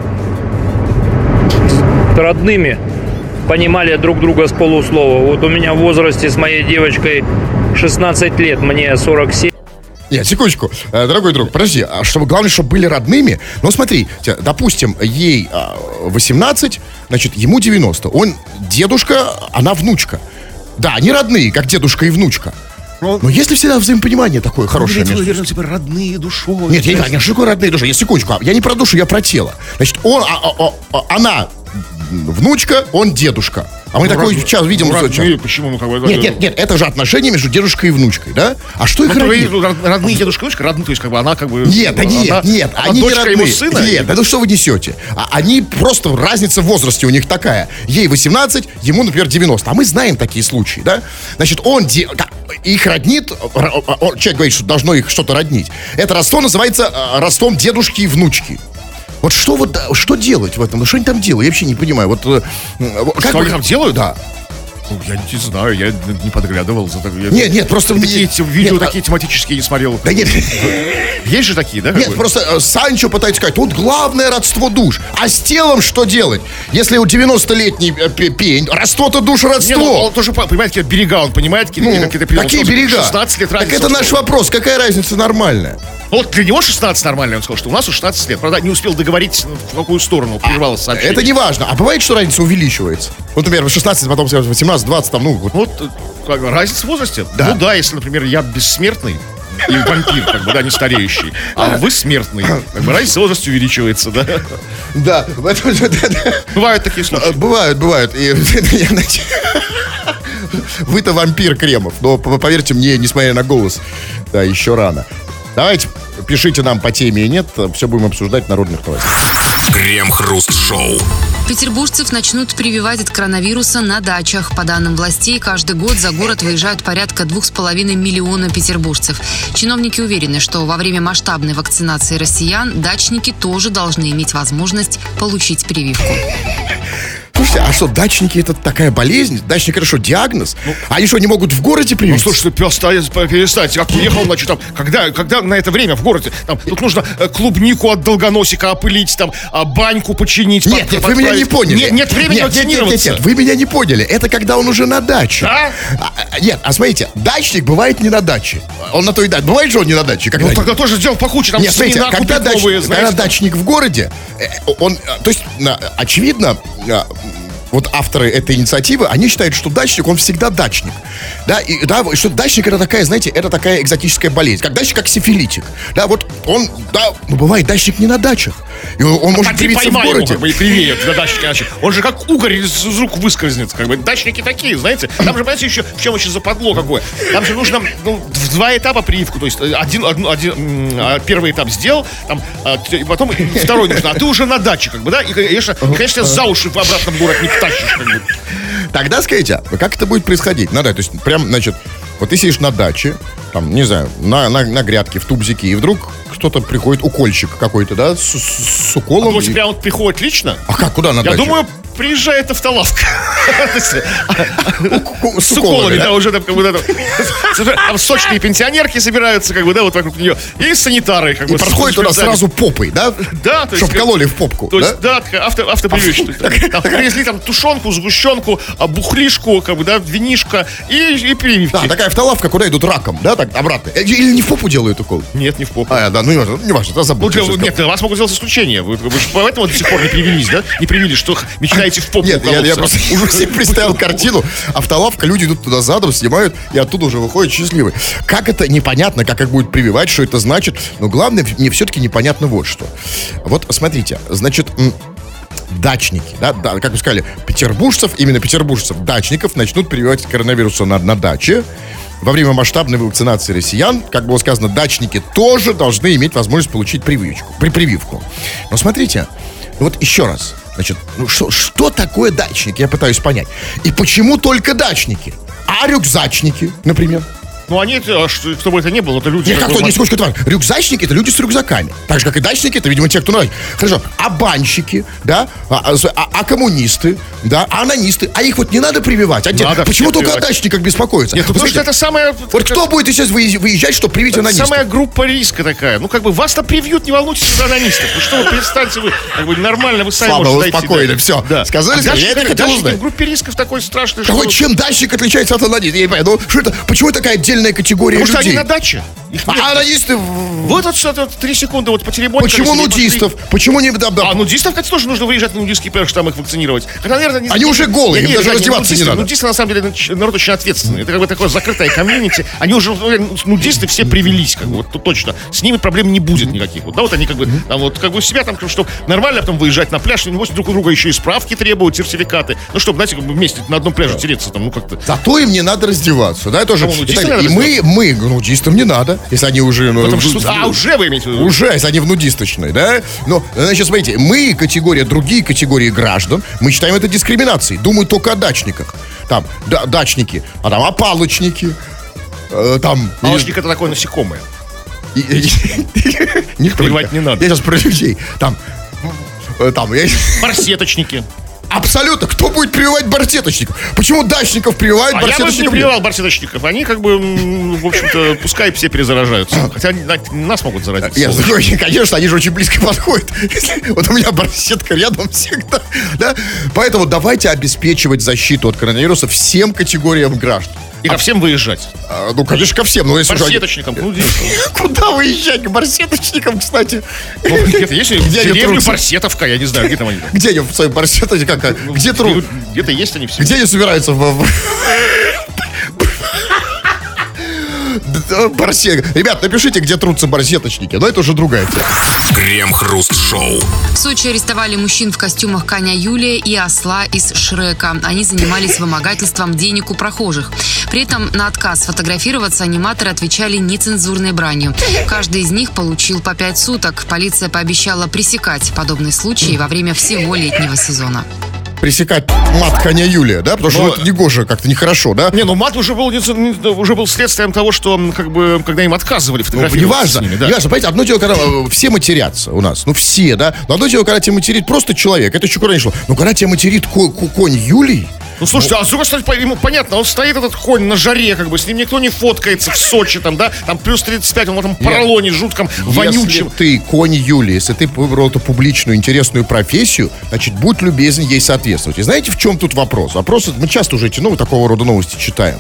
E: родными, понимали друг друга с полуслова. Вот у меня в возрасте с моей девочкой 16 лет, мне 47.
C: Нет, секундочку, дорогой друг, подожди, главное, чтобы были родными. Ну, смотри, допустим, ей 18, значит, ему 90. Он дедушка, она внучка. Да, они родные, как дедушка и внучка. Но если всегда взаимопонимание такое хорошее.
B: Наверное, типа родные душой.
C: Нет, я не что такое родные души. Секундочку, я не про душу, я про тело. Значит, она внучка, он дедушка. А мы такое сейчас видим.
B: Почему?
C: Нет, это же отношения между дедушкой и внучкой, да? А что их роднит?
B: Родные дедушка и внучка, родные, то есть как бы она как бы...
C: Нет, они не родные.
B: Его сына?
C: Нет, да ну что вы несете? Они просто, разница в возрасте у них такая. Ей 18, ему, например, 90. А мы знаем такие случаи, да? Значит, их роднит, человек говорит, что должно их что-то роднить. Это родство называется родством дедушки и внучки. Вот что делать в этом? Что они там делают? Я вообще не понимаю.
B: Что они там делают?
C: Да.
B: Я не знаю, я не подглядывал.
C: Нет, просто...
B: Видео такие тематические не смотрел.
C: Да нет.
B: Есть же такие, да?
C: Нет, просто Санчо пытается сказать, тут главное родство душ. А с телом что делать? Если у 90-летний пень, родство-то душ, родство.
B: Нет, он тоже понимает, какие берега, он понимает,
C: какие берега?
B: 16 лет разница.
C: Так это наш вопрос, какая разница нормальная?
B: Вот для него 16 нормально, он сказал, что у нас 16 лет. Правда, не успел договорить, в какую сторону прервалось сообщение.
C: Это не важно. А бывает, что разница увеличивается? Вот, например, 16, потом 18, 20, там,
B: разница в возрасте?
C: Да.
B: Ну да, если, например, я бессмертный и вампир, как бы, да, не стареющий, а вы смертный, как бы, разница в возрасте увеличивается, да?
C: Да.
B: Бывают такие случаи.
C: Бывают. Вы-то вампир, Кремов, но поверьте мне, несмотря на голос, да, еще рано. Давайте, пишите нам по теме и нет, все будем обсуждать в народных новостях.
A: Крем-хруст-шоу.
D: Петербуржцев начнут прививать от коронавируса на дачах. По данным властей, каждый год за город выезжают порядка 2,5 миллиона петербуржцев. Чиновники уверены, что во время масштабной вакцинации россиян дачники тоже должны иметь возможность получить прививку.
C: Слушайте, а что, дачники это такая болезнь? Дачники это что, диагноз? Они что, не могут в городе привиться?
B: Ну, слушай, пес перестать. Как уехал, значит, там, когда на это время в городе? Там, тут нужно клубнику от долгоносика опылить, там, баньку починить.
C: Нет, вы меня не поняли.
B: Нет времени вакцинироваться.
C: Нет, вы меня не поняли. Это когда он уже на даче.
B: Да?
C: Нет, смотрите, дачник бывает не на даче. Он на той даче. Бывает же он не на даче?
B: Ну, тогда тоже сделал по куче, там,
C: нет, смотрите,
B: семена
C: когда
B: купит новые, знаете.
C: Когда дачник в городе, он, то есть, очевидно, вот авторы этой инициативы, они считают, что дачник, он всегда дачник. Да, и, да, что дачник это такая, знаете, это такая экзотическая болезнь. Как дачник, как сифилитик. Да, вот он, да, ну бывает дачник не на дачах. И он может привиться в городе.
B: Его, и привеет на дачнике. Он же как угорь из рук выскользнет. Как бы. Дачники такие, знаете. Там же, понимаете, еще, в чем еще западло какое. Там же нужно в 2 этапа прививку. То есть первый этап сделал, там, и потом второй нужно. А ты уже на даче, как бы, да? И, конечно, за уши в обратном город не тащишь, как бы.
C: Тогда скажите, как это будет происходить? Надо, то есть, прям, значит, вот ты сидишь на даче, там, не знаю, на грядке, в тубзике, и вдруг кто-то приходит, укольщик какой-то, да, с уколом.
B: А вот прям он приходит лично?
C: А как, куда на дачу?
B: Я думаю, приезжает автолавка.
C: С
B: уколами, да, уже там, как бы, там сочные пенсионерки собираются, как бы, да, вот вокруг нее. И санитары, как бы.
C: И проходит туда сразу попой, да?
B: Да.
C: Чтоб кололи в попку,
B: то есть, да, автопрививочка. Там привезли там тушенку, сгущенку, бухлишку, как бы, да, винишко и прививки.
C: Да, такая автолавка, куда идут раком, да, так, обратно. Или не в попу делают укол?
B: Нет, не в попу.
C: Да, ну не важно, это забудьте.
B: Нет, вас могут сделать исключение. Вы же поэтому до сих пор не привились, да? Не привились, что мечтаете в попу.
C: Нет, я просто уже себе представил картину. Автолавка, люди идут туда задом, снимают, и оттуда уже выходят счастливые. Как это непонятно, как их будет прививать, что это значит. Но главное, мне все-таки непонятно вот что. Вот смотрите, значит, дачники, да, как вы сказали, именно петербуржцев, дачников начнут прививать коронавирусу на даче. Во время масштабной вакцинации россиян, как было сказано, дачники тоже должны иметь возможность получить прививку. Но смотрите, вот еще раз, значит, ну что такое дачники, я пытаюсь понять. И почему только дачники? А рюкзачники, например?
B: Ну, они, кто бы это ни был, это люди...
C: Нет, как-то не сколько это важно. Рюкзачники — это люди с рюкзаками. Так же, как и дачники, это, видимо, те, кто нравится. Хорошо, а банщики, да, а коммунисты, да, а анонисты, а их вот не надо прививать. Почему только о дачниках беспокоиться?
B: Нет, потому что это самая...
C: Вот кто будет сейчас выезжать, чтобы привить анонистов?
B: Самая группа риска такая. Ну, как бы, вас-то привьют, не волнуйтесь за анонистов. Ну, что вы, перестаньте вы, как бы, нормально, вы сами можете дойти.
C: Спокойно, все. Да. Сказали, я это хотел узнать.
B: В группе рисков такой страшный,
C: что... Чем дачник отличается от анониста? Я не понимаю, ну, что это, почему такая отдельная категория людей?
B: Потому что они на даче.
C: А анонисты...
B: Вот это 3 секунды, вот по теребоньке.
C: Почему нудистов? Почему не...
B: А нудистов, кстати, тоже нужно выезжать на нудистский пляж, там их вакцинировать. Хотя, наверное,
C: они уже голые, им даже раздеваться не надо.
B: Нудисты, на самом деле, народ очень ответственный. Это как бы такое закрытое комьюнити. Они уже, нудисты все привелись, как бы, вот тут точно. С ними проблем не будет никаких. Вот, да, вот они как бы, там, вот, как бы себя там, чтобы нормально потом выезжать на пляж, небось друг у друга еще и справки требуют, сертификаты. Ну, чтобы, знаете, как бы вместе на одном пляже тереться там, ну, как-то.
C: Зато им не надо раздеваться, да, тоже. И мы, нудистам не надо, если они уже...
B: уже вы имеете в виду?
C: Уже, если они в нудисточной, да? Но, значит, смотрите, мы другие категории граждан, мы считаем это дискриминацией. Думаю только о дачниках. Там, дачники, а там опалочники, там...
B: Палочник — это такое насекомое.
C: Не
B: прививать не надо.
C: Я сейчас про людей. Там...
B: Барсеточники.
C: Абсолютно. Кто будет прививать барсеточников? Почему дачников прививают, барсеточников?
B: Я бы не прививал барсеточников. Они как бы, в общем-то, пускай все перезаражаются. Хотя нас могут заразить.
C: Конечно, они же очень близко подходят. Вот у меня барсетка рядом всегда. Да? Поэтому давайте обеспечивать защиту от коронавируса всем категориям граждан.
B: И ко всем выезжать.
C: Ну, конечно, ко всем.
B: Барсеточникам.
C: Куда выезжать? К барсеточникам, кстати.
B: Где-то есть деревня Барсетовка, я не знаю, где там они.
C: Где они в своей барсеточке? Где труд?
B: Где-то есть они все.
C: Где они собираются? Ребят, напишите, где трутся барсеточники. Но это уже другая тема.
A: Крем-хруст-шоу.
D: В Сочи арестовали мужчин в костюмах коня Юлия и осла из Шрека. Они занимались вымогательством денег у прохожих. При этом на отказ фотографироваться аниматоры отвечали нецензурной бранью. Каждый из них получил по 5 суток. Полиция пообещала пресекать подобные случаи во время всего летнего сезона.
C: Пресекать мат коня Юлия, да? Потому что это негоже, как-то нехорошо, да?
B: Не, ну мат уже был следствием того, что как бы, когда им отказывали фотографироваться с ними, да.
C: Неважно, понимаете, одно дело, когда все матерятся у нас, ну все, да? Но одно дело, когда тебя материт просто человек, это еще куда ни шло. Но когда тебя материт конь Юлий...
B: Ну, слушайте, а с другой стороны, ему понятно, он стоит, этот конь, на жаре, как бы, с ним никто не фоткается в Сочи, там, да, там плюс 35, он в этом поролоне жутком, вонючем.
C: Если ты конь Юлии, если ты выбрал эту публичную, интересную профессию, значит, будь любезен ей соответствовать. И знаете, в чем тут вопрос? Вопрос, мы часто уже эти такого рода новости читаем.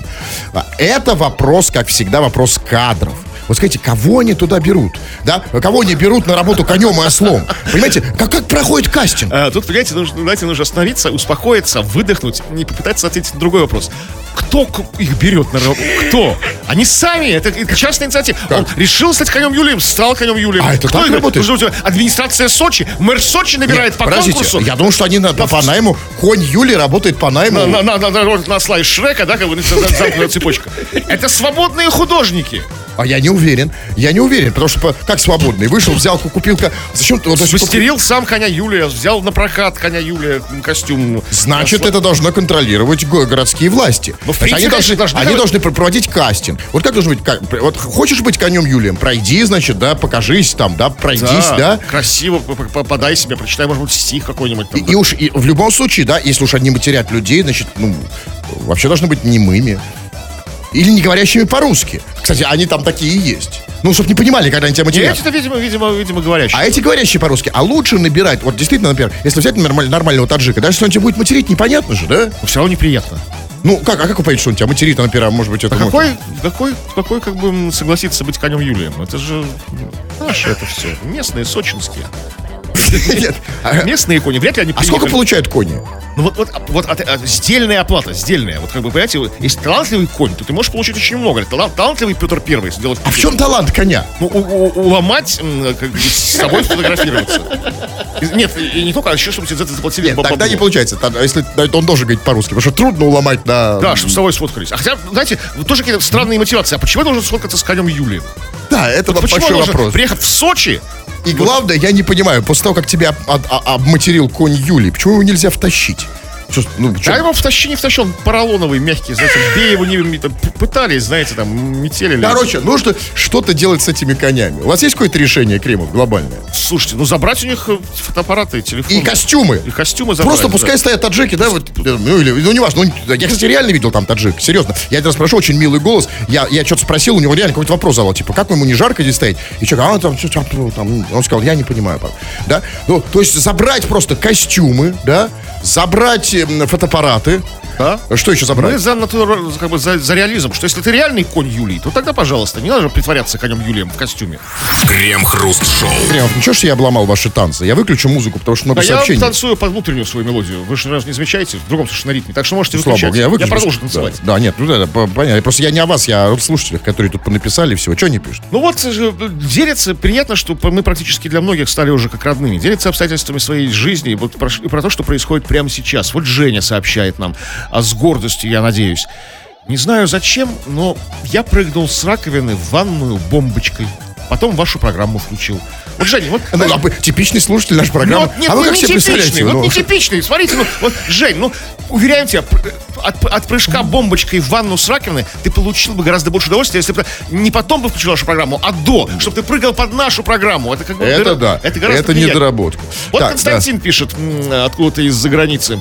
C: Это вопрос, как всегда, вопрос кадров. Вот скажите, кого они туда берут? Да? Кого они берут на работу конем и ослом? Понимаете, как проходит кастинг?
B: Тут, понимаете, нужно остановиться, успокоиться, выдохнуть, не попытаться ответить на другой вопрос. Кто их берет на работу? Кто? Они сами, это частная инициатива. Он решил стать конем Юлием, стал конем Юлием.
C: А это
B: кто
C: так работает?
B: Администрация Сочи, мэр Сочи набирает по конкурсу.
C: Я думал, что они по найму, конь Юлий работает по найму.
B: На осла из Шрека, да, как бы замкнутая цепочка. Это свободные художники.
C: А я не уверен, потому что как свободный? Вышел, взял, купил... Зачем ты...
B: Мастерил сам коня Юлия, взял на прокат коня Юлия костюм.
C: Значит, это должно контролировать городские власти. Они должны проводить кастинг. Вот как должен быть... Вот хочешь быть конем Юлием? Пройди, значит, да, покажись там, да, пройдись, да.
B: Красиво, подай себе, прочитай, может быть, стих какой-нибудь там.
C: И в любом случае, да, если уж они матерят людей, значит, вообще должны быть немыми. Или не говорящими по-русски. Кстати, они там такие и есть. Чтобы не понимали, когда они тебя матерят.
B: Эти-то, видимо, говорящие.
C: А эти говорящие по-русски. А лучше набирать, вот действительно, например, если взять нормального таджика, даже если он тебя будет материть, непонятно же, да?
B: Все равно неприятно.
C: Как вы понимаете, что он тебя материт, например, может быть, это...
B: Какой, как бы, согласиться быть конем Юлием? Это же наше это все. Местные, сочинские. Нет, местные кони, вряд ли они приехали.
C: А сколько получают кони?
B: Вот сдельная оплата, сдельная. Вот как бы, понимаете, если талантливый конь, то ты можешь получить очень много. Талантливый Петр Первый сделать.
C: А в чем талант коня?
B: Уломать, с собой фотографироваться. Нет, и не только, а еще, чтобы тебе за это заплатили.
C: Нет, тогда не получается. Если он должен говорить по-русски, потому что трудно уломать на...
B: Да, чтобы с тобой сфоткались. А хотя, знаете, тоже какие-то странные мотивации. А почему я должен сфоткаться с конем Юлием?
C: Да, это большой вопрос.
B: Приехать в Сочи.
C: И главное, я не понимаю, после того, как тебя обматерил конь Юлий, почему его нельзя втащить?
B: Да его не втащил, он поролоновый, мягкий, знаете, бей его не пытались, знаете, там, метели.
C: Короче, нужно что-то делать с этими конями. У вас есть какое-то решение, Кремов, глобальное?
B: Слушайте, забрать у них фотоаппараты, телефоны.
C: И костюмы.
B: Забрать.
C: Просто пускай стоят таджики, да, вот, неважно. Я, кстати, реально видел там таджик, серьезно. Я один раз спрошу, очень милый голос, я что-то спросил, у него реально какой-то вопрос задал, типа, как ему не жарко здесь стоять? И человек, он сказал, я не понимаю, да? То есть забрать просто костюмы, да, забрать фотоаппараты.
B: Да?
C: Что еще забрать?
B: За реализм. Что если ты реальный конь Юлий, то тогда, пожалуйста, не надо же притворяться конем Юлием в костюме.
A: Крем-хруст-шоу.
C: Кремов, ничего, что я обломал ваши танцы. Я выключу музыку, потому что много сообщений.
B: Я танцую под внутреннюю свою мелодию. Вы же не замечаете? В другом совершенно ритме. Так что можете выключать.
C: Я
B: продолжу танцевать.
C: Да, нет, понятно. Просто я не о вас, я о слушателях, которые тут понаписали всего. Что они пишут?
B: Делятся. Приятно, что мы практически для многих стали уже как родными. Делятся обстоятельствами своей жизни и про то, что происходит прямо сейчас. Вот Женя сообщает нам, с гордостью, я надеюсь. Не знаю зачем, но я прыгнул с раковины в ванную бомбочкой. Потом вашу программу включил. Вот, Женя,
C: типичный слушатель нашей программы.
B: А вы как себе представляете? Не типичный. Смотрите, Жень, уверяю тебя, от прыжка бомбочкой в ванну с раковины ты получил бы гораздо больше удовольствия, если бы не потом бы включил нашу программу, а до, чтобы ты прыгал под нашу программу. Это
C: да. Это недоработка.
B: Константин пишет откуда-то из-за границы.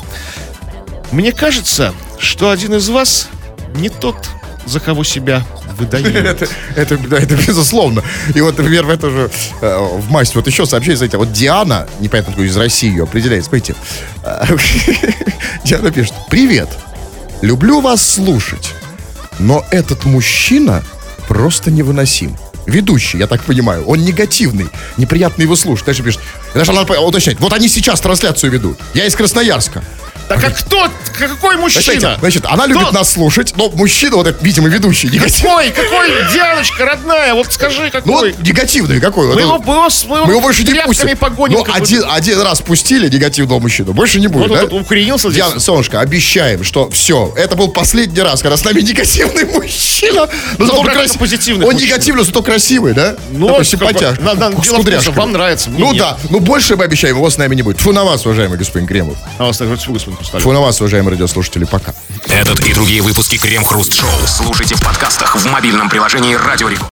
B: Мне кажется, что один из вас не тот, за кого себя выдает.
C: Это безусловно. И вот, например, в это же в массе, вот еще сообщение, знаете, вот Диана, непонятно, из России ее определяет, смотрите, Диана пишет: привет, люблю вас слушать, но этот мужчина просто невыносим. Ведущий, я так понимаю, он негативный, неприятно его слушать. Дальше пишет, даже надо уточнять, вот они сейчас трансляцию ведут, я из Красноярска.
B: Так а кто? Какой мужчина?
C: Значит, она любит нас слушать, но мужчина, вот этот, видимо, ведущий, негативный.
B: Какой, Дианочка, родная, вот скажи,
C: Ну,
B: какой?
C: вот негативный какой.
B: Мы его
C: больше не пустим.
B: погоним.
C: Ну, один раз пустили негативного мужчину, больше не будет,
B: Вот
C: да?
B: он укоренился здесь.
C: Диана, солнышко, обещаем, что все, это был последний раз, когда с нами негативный мужчина. Но зато
B: как позитивный
C: Он
B: мужчина.
C: негативный, зато красивый, да?
B: Ну,
C: такой
B: как
C: симпатяшка.
B: бы, дело
C: С
B: в том, что
C: кудряшками.
B: вам нравится, мне
C: Ну
B: нет.
C: да, ну больше мы обещаем, его с нами не будет. Тьфу на вас, уважаемый господин Кремов.
B: А вас так вот, господин Хрусталев.
C: Тьфу на вас, уважаемые радиослушатели, пока.
A: Этот и другие выпуски Крем-Хруст Шоу слушайте в подкастах в мобильном приложении Радио Рекорд.